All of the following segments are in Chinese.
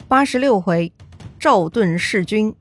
86回，赵盾弑君。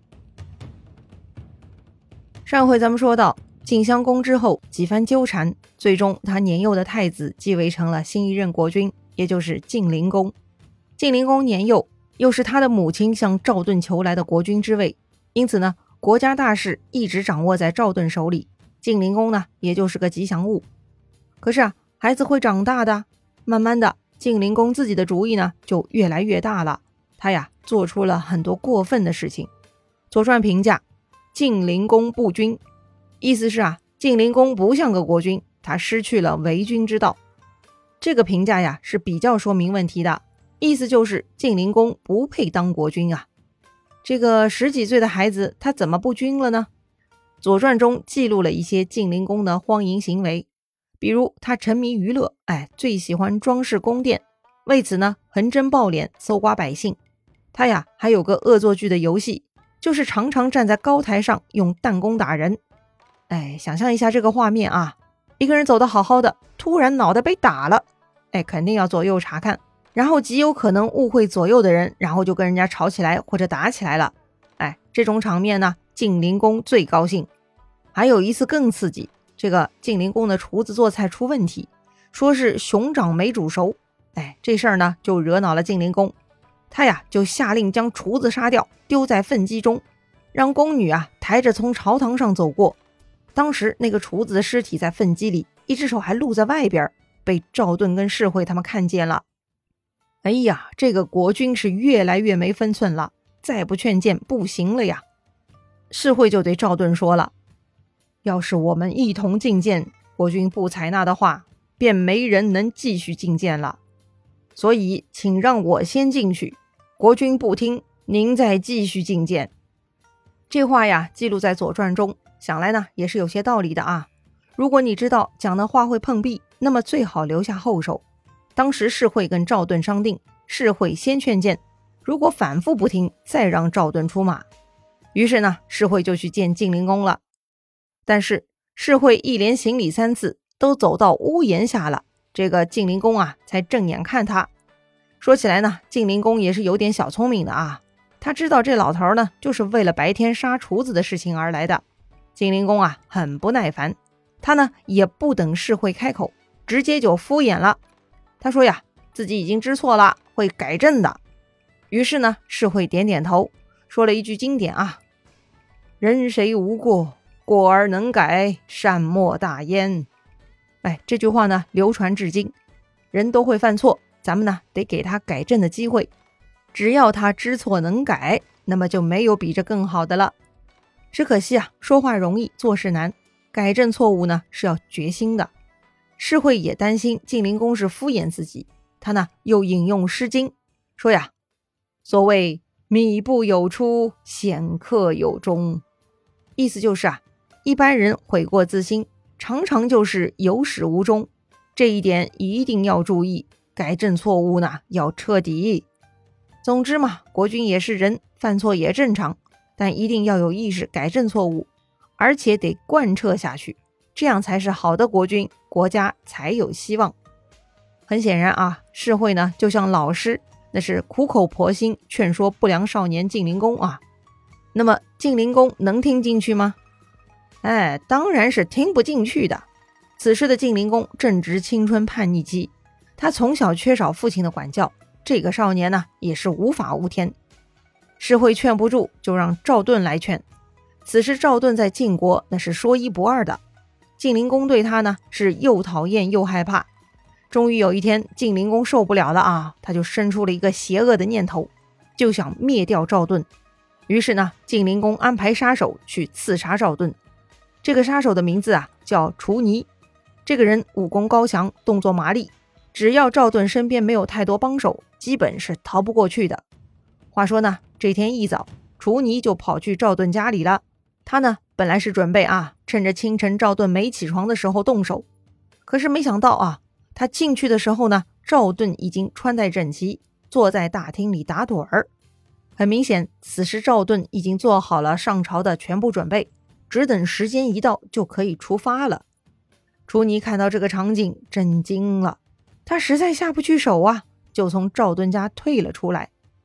上回咱们说到，晋襄公之后几番纠缠，最终他年幼的太子继位成了新一任国君，也就是晋灵公。晋灵公年幼，又是他的母亲向赵盾求来的国君之位，因此呢，国家大事一直掌握在赵盾手里，晋灵公呢，也就是个吉祥物。可是孩子会长大的，慢慢的，晋灵公自己的主意呢，就越来越大了。他做出了很多过分的事情。左传评价晋灵公不君，意思是晋灵公不像个国君，他失去了为君之道。这个评价是比较说明问题的，意思就是晋灵公不配当国君啊。这个10几岁的孩子他怎么不君了呢？左传中记录了一些晋灵公的荒淫行为，比如他沉迷娱乐，最喜欢装饰宫殿，为此呢横征暴敛，搜刮百姓。他还有个恶作剧的游戏，就是常常站在高台上用弹弓打人。想象一下这个画面一个人走得好好的，突然脑袋被打了，肯定要左右查看，然后极有可能误会左右的人，然后就跟人家吵起来或者打起来了。这种场面呢，晋灵公最高兴。还有一次更刺激，这个晋灵公的厨子做菜出问题，说是熊掌没煮熟。这事儿呢就惹恼了晋灵公，他就下令将厨子杀掉，丢在粪箕中，让宫女抬着从朝堂上走过。当时那个厨子的尸体在粪箕里，一只手还露在外边，被赵盾跟士会他们看见了。这个国君是越来越没分寸了，再不劝谏不行了呀。士会就对赵盾说了，要是我们一同进谏，国君不采纳的话，便没人能继续进谏了。所以请让我先进去，国君不听，您再继续进谏。这话记录在左传中，想来呢也是有些道理的如果你知道讲的话会碰壁，那么最好留下后手。当时士会跟赵盾商定，士会先劝谏，如果反复不听，再让赵盾出马。于是呢，士会就去见晋灵公了。但是士会一连行礼3次，都走到屋檐下了，这个晋灵公才正眼看他。说起来呢，晋灵公也是有点小聪明的他知道这老头呢就是为了白天杀厨子的事情而来的。晋灵公很不耐烦，他呢也不等士会开口，直接就敷衍了。他说自己已经知错了，会改正的。于是呢，士会点点头，说了一句经典人谁无过，过而能改，善莫大焉。这句话呢流传至今，人都会犯错，咱们呢得给他改正的机会，只要他知错能改，那么就没有比这更好的了。只可惜说话容易做事难，改正错误呢是要决心的。士会也担心晋灵公是敷衍自己，他呢又引用诗经说所谓米不有出，显客有终。意思就是一般人悔过自新，常常就是有始无终，这一点一定要注意，改正错误呢要彻底。总之嘛，国君也是人，犯错也正常，但一定要有意识改正错误，而且得贯彻下去，这样才是好的国君，国家才有希望。很显然士会呢就像老师，那是苦口婆心劝说不良少年晋灵公那么晋灵公能听进去吗？当然是听不进去的。此时的晋灵公正值青春叛逆期，他从小缺少父亲的管教，这个少年呢也是无法无天。士会劝不住，就让赵盾来劝。此时赵盾在晋国那是说一不二的，晋灵公对他呢是又讨厌又害怕。终于有一天，晋灵公受不了了他就生出了一个邪恶的念头，就想灭掉赵盾。于是呢，晋灵公安排杀手去刺杀赵盾。这个杀手的名字叫厨尼。这个人武功高强，动作麻利，只要赵盾身边没有太多帮手，基本是逃不过去的。话说呢，这天一早，厨尼就跑去赵盾家里了。他呢本来是准备趁着清晨赵盾没起床的时候动手，可是没想到他进去的时候呢，赵盾已经穿戴整齐，坐在大厅里打盹儿。很明显，此时赵盾已经做好了上朝的全部准备，只等时间一到就可以出发了。厨尼看到这个场景震惊了，他实在下不去手就从赵盾家退了出来。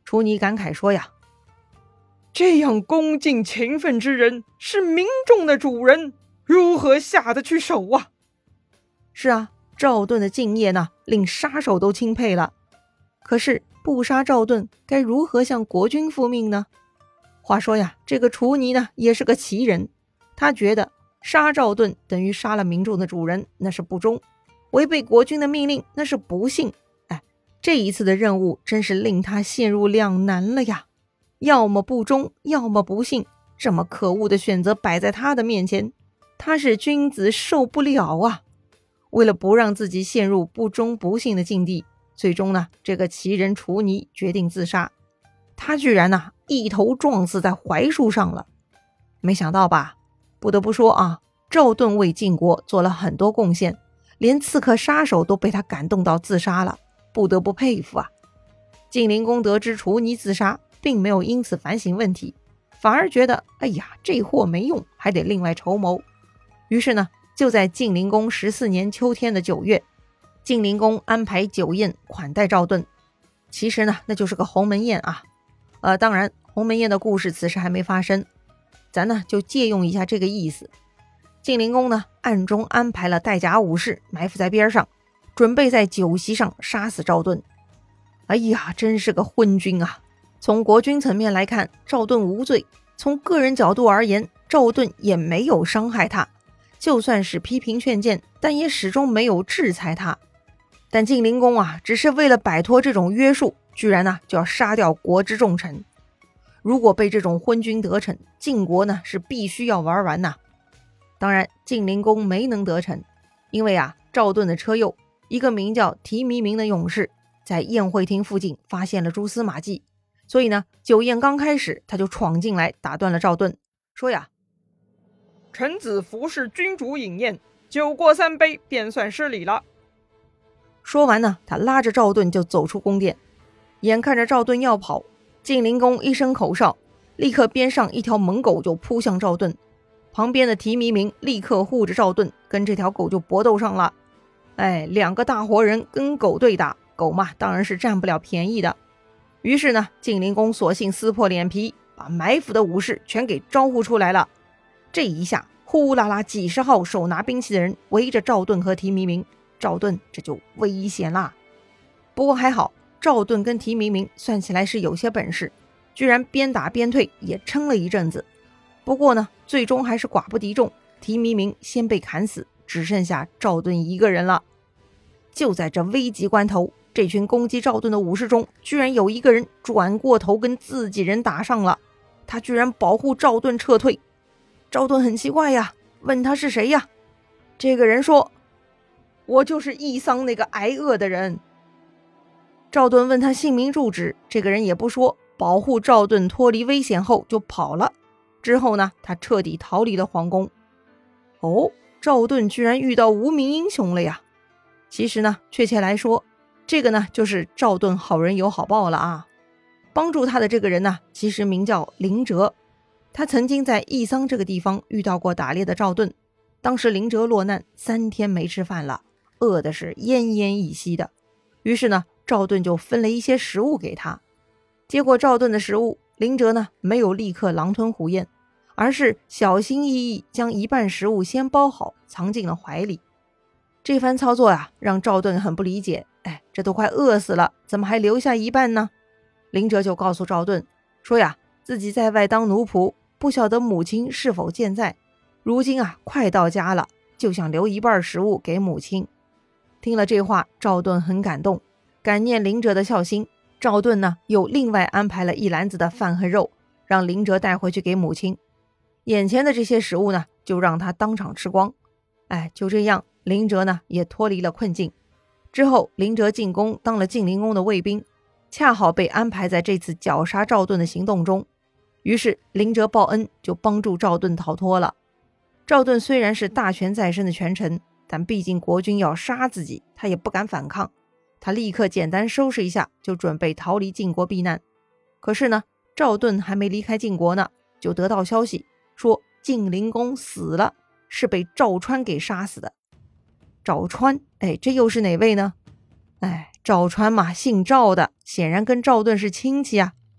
楚尼感慨说呀， 这样恭敬勤奋之人是民众的主人，如何下得去手啊？ 是啊，赵盾的敬业呢，令杀手都钦佩了。可是不杀赵盾，该如何向国君复命呢？话说呀，这个楚尼呢，也是个奇人。他觉得杀赵盾等于杀了民众的主人，那是不忠；违背国君的命令，那是不信。这一次的任务真是令他陷入两难了呀，要么不忠，要么不信，这么可恶的选择摆在他的面前，他是君子受不了啊。为了不让自己陷入不忠不信的境地，最终呢，这个奇人楚尼决定自杀。他居然呢，一头撞死在槐树上了。没想到吧，不得不说啊，赵盾为晋国做了很多贡献，连刺客杀手都被他感动到自杀了，不得不佩服啊。晋灵公得知楚尼自杀，并没有因此反省问题，反而觉得哎呀，这货没用，还得另外筹谋。于是呢，就在晋灵公14年秋天的9月，晋灵公安排酒宴款待赵盾。其实呢，那就是个鸿门宴啊。当然鸿门宴的故事此时还没发生，咱呢就借用一下这个意思。晋灵公呢暗中安排了带甲武士埋伏在边上，准备在酒席上杀死赵盾。哎呀，真是个昏君啊！从国君层面来看，赵盾无罪；从个人角度而言，赵盾也没有伤害他，就算是批评劝谏，但也始终没有制裁他。但晋灵公啊，只是为了摆脱这种约束，居然呢就要杀掉国之重臣。如果被这种昏君得逞，晋国呢是必须要玩完呐。当然晋灵公没能得逞，因为啊赵盾的车右一个名叫提弥明的勇士在宴会厅附近发现了蛛丝马迹，所以呢酒宴刚开始，他就闯进来打断了赵盾，说呀， 臣子服侍君主饮宴，酒过3杯便算失礼了。 说完呢，他拉着赵盾就走出宫殿。眼看着赵盾要跑，晋灵公一声口哨，立刻边上一条猛狗就扑向赵盾，旁边的提弥明立刻护着赵盾，跟这条狗就搏斗上了。两个大活人跟狗对打，狗嘛当然是占不了便宜的。于是呢，晋灵公索性撕破脸皮，把埋伏的武士全给招呼出来了。这一下呼啦啦几十号手拿兵器的人围着赵盾和提弥明，赵盾这就危险啦。不过还好，赵盾跟提弥明算起来是有些本事，居然边打边退，也撑了一阵子。不过呢，最终还是寡不敌众，提弥明先被砍死，只剩下赵盾一个人了。就在这危急关头，这群攻击赵盾的武士中，居然有一个人转过头跟自己人打上了，他居然保护赵盾撤退。赵盾很奇怪呀，问他是谁呀？这个人说，我就是义桑那个挨饿的人。赵盾问他姓名住址，这个人也不说，保护赵盾脱离危险后就跑了。之后呢，他彻底逃离了皇宫。赵盾居然遇到无名英雄了呀。其实呢，确切来说，这个呢就是赵盾好人有好报了啊。帮助他的这个人呢，其实名叫林哲，他曾经在义桑这个地方遇到过打猎的赵盾。当时林哲落难，3天没吃饭了，饿的是奄奄一息的。于是呢，赵盾就分了一些食物给他。结果赵盾的食物，林哲呢没有立刻狼吞虎咽，而是小心翼翼将一半食物先包好，藏进了怀里。这番操作啊，让赵盾很不理解，这都快饿死了，怎么还留下一半呢？林哲就告诉赵盾说呀，自己在外当奴仆，不晓得母亲是否健在，如今啊快到家了，就想留一半食物给母亲。听了这话，赵盾很感动，感念林哲的孝心，赵盾呢又另外安排了一篮子的饭和肉，让林哲带回去给母亲。眼前的这些食物呢，就让他当场吃光。就这样，林哲呢也脱离了困境。之后林哲进宫当了晋灵公的卫兵，恰好被安排在这次绞杀赵盾的行动中。于是林哲报恩，就帮助赵盾逃脱了。赵盾虽然是大权在身的权臣，但毕竟国君要杀自己，他也不敢反抗。他立刻简单收拾一下，就准备逃离晋国避难。可是呢，赵盾还没离开晋国呢，就得到消息说晋灵公死了，是被赵川给杀死的。赵川，这又是哪位呢？赵川嘛，姓赵的，显然跟赵盾是亲戚啊。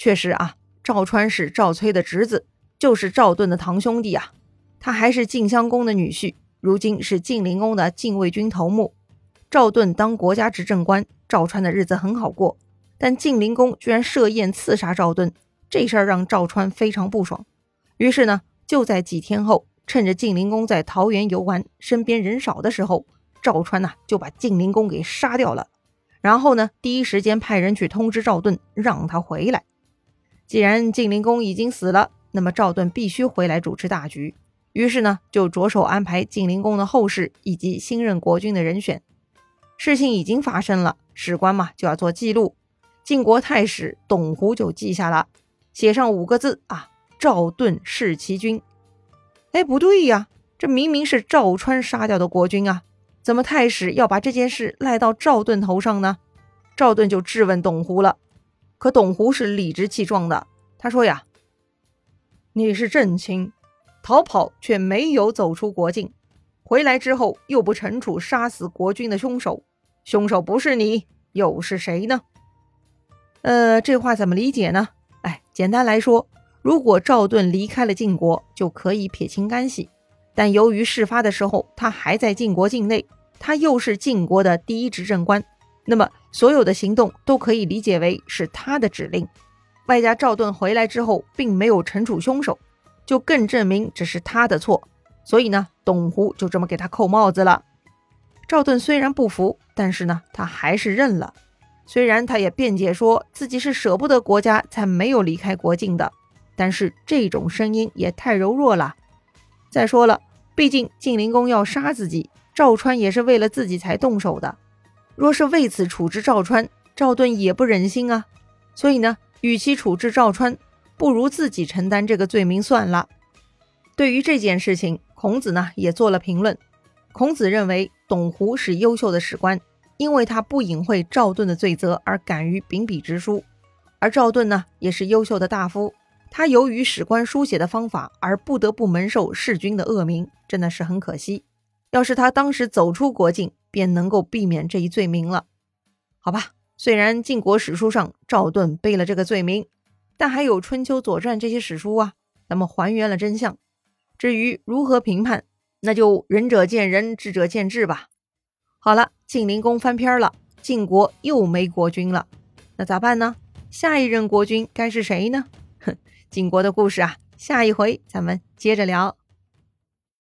确实啊，赵川是赵崔的侄子，就是赵盾的堂兄弟啊。他还是晋襄公的女婿，如今是晋灵公的禁卫军头目。赵盾当国家执政官，赵川的日子很好过，但晋灵公居然设宴刺杀赵盾，这事儿让赵川非常不爽。于是呢，就在几天后，趁着晋灵公在桃园游玩，身边人少的时候，赵川就把晋灵公给杀掉了。然后呢，第一时间派人去通知赵盾，让他回来。既然晋灵公已经死了，那么赵盾必须回来主持大局。于是呢，就着手安排晋灵公的后事以及新任国君的人选。事情已经发生了，史官就要做记录。晋国太史董狐就记下了，写上5个字赵盾弑其君。不对呀，这明明是赵川杀掉的国君啊，怎么太史要把这件事赖到赵盾头上呢？赵盾就质问董狐了。可董狐是理直气壮的，他说呀，你是正卿，逃跑却没有走出国境，回来之后又不惩处杀死国君的凶手，凶手不是你又是谁呢？这话怎么理解呢？简单来说，如果赵盾离开了晋国，就可以撇清干系，但由于事发的时候他还在晋国境内，他又是晋国的第一执政官，那么所有的行动都可以理解为是他的指令。外加赵盾回来之后并没有惩处凶手，就更证明这是他的错，所以呢，董狐就这么给他扣帽子了。赵盾虽然不服，但是呢，他还是认了。虽然他也辩解说自己是舍不得国家才没有离开国境的，但是这种声音也太柔弱了。再说了，毕竟晋灵公要杀自己，赵川也是为了自己才动手的。若是为此处置赵川，赵盾也不忍心啊。所以呢，与其处置赵川，不如自己承担这个罪名算了。对于这件事情，孔子呢也做了评论。孔子认为董狐是优秀的史官，因为他不隐晦赵盾的罪责而敢于秉笔直书。而赵盾呢也是优秀的大夫，他由于史官书写的方法而不得不蒙受弑君的恶名，真的是很可惜。要是他当时走出国境，便能够避免这一罪名了。好吧，虽然晋国史书上赵盾背了这个罪名，但还有春秋左传这些史书那么还原了真相。至于如何评判，那就仁者见仁，智者见智吧。好了，晋灵公翻篇了，晋国又没国君了，那咋办呢？下一任国君该是谁呢？晋国的故事下一回咱们接着聊。